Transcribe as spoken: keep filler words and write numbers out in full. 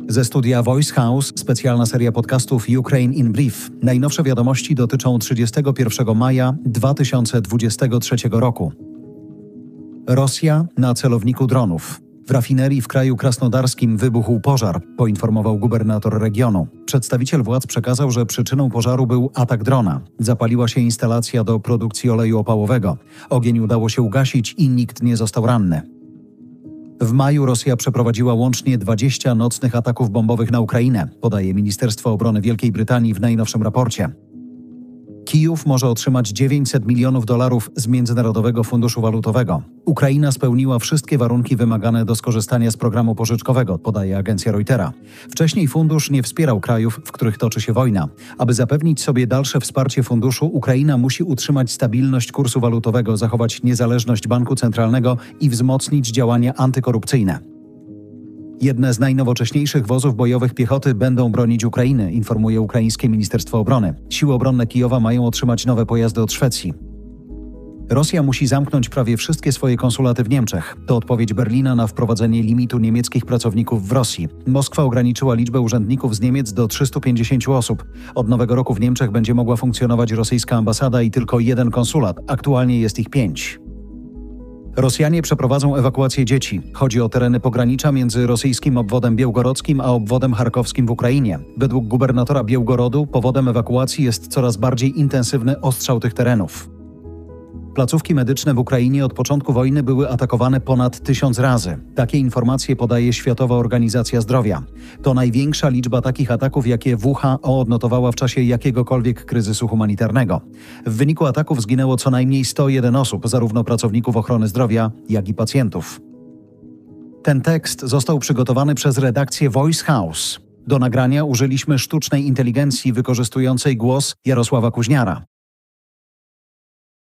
Ze studia Voice House specjalna seria podcastów Ukraine in Brief. Najnowsze wiadomości dotyczą trzydziestego pierwszego maja dwa tysiące dwudziestego trzeciego roku. Rosja na celowniku dronów. W rafinerii w kraju krasnodarskim wybuchł pożar, poinformował gubernator regionu. Przedstawiciel władz przekazał, że przyczyną pożaru był atak drona. Zapaliła się instalacja do produkcji oleju opałowego. Ogień udało się ugasić i nikt nie został ranny. W maju Rosja przeprowadziła łącznie dwadzieścia nocnych ataków bombowych na Ukrainę, podaje Ministerstwo Obrony Wielkiej Brytanii w najnowszym raporcie. Kijów może otrzymać dziewięćset milionów dolarów z Międzynarodowego Funduszu Walutowego. Ukraina spełniła wszystkie warunki wymagane do skorzystania z programu pożyczkowego, podaje agencja Reutera. Wcześniej fundusz nie wspierał krajów, w których toczy się wojna. Aby zapewnić sobie dalsze wsparcie funduszu, Ukraina musi utrzymać stabilność kursu walutowego, zachować niezależność banku centralnego i wzmocnić działania antykorupcyjne. Jedne z najnowocześniejszych wozów bojowych piechoty będą bronić Ukrainy, informuje ukraińskie Ministerstwo Obrony. Siły obronne Kijowa mają otrzymać nowe pojazdy od Szwecji. Rosja musi zamknąć prawie wszystkie swoje konsulaty w Niemczech. To odpowiedź Berlina na wprowadzenie limitu niemieckich pracowników w Rosji. Moskwa ograniczyła liczbę urzędników z Niemiec do trzystu pięćdziesięciu osób. Od nowego roku w Niemczech będzie mogła funkcjonować rosyjska ambasada i tylko jeden konsulat. Aktualnie jest ich pięć. Rosjanie przeprowadzą ewakuację dzieci. Chodzi o tereny pogranicza między rosyjskim obwodem białgorodzkim a obwodem charkowskim w Ukrainie. Według gubernatora Białgorodu powodem ewakuacji jest coraz bardziej intensywny ostrzał tych terenów. Placówki medyczne w Ukrainie od początku wojny były atakowane ponad tysiąc razy. Takie informacje podaje Światowa Organizacja Zdrowia. To największa liczba takich ataków, jakie W H O odnotowała w czasie jakiegokolwiek kryzysu humanitarnego. W wyniku ataków zginęło co najmniej sto jeden osób, zarówno pracowników ochrony zdrowia, jak i pacjentów. Ten tekst został przygotowany przez redakcję Voice House. Do nagrania użyliśmy sztucznej inteligencji wykorzystującej głos Jarosława Kuźniara.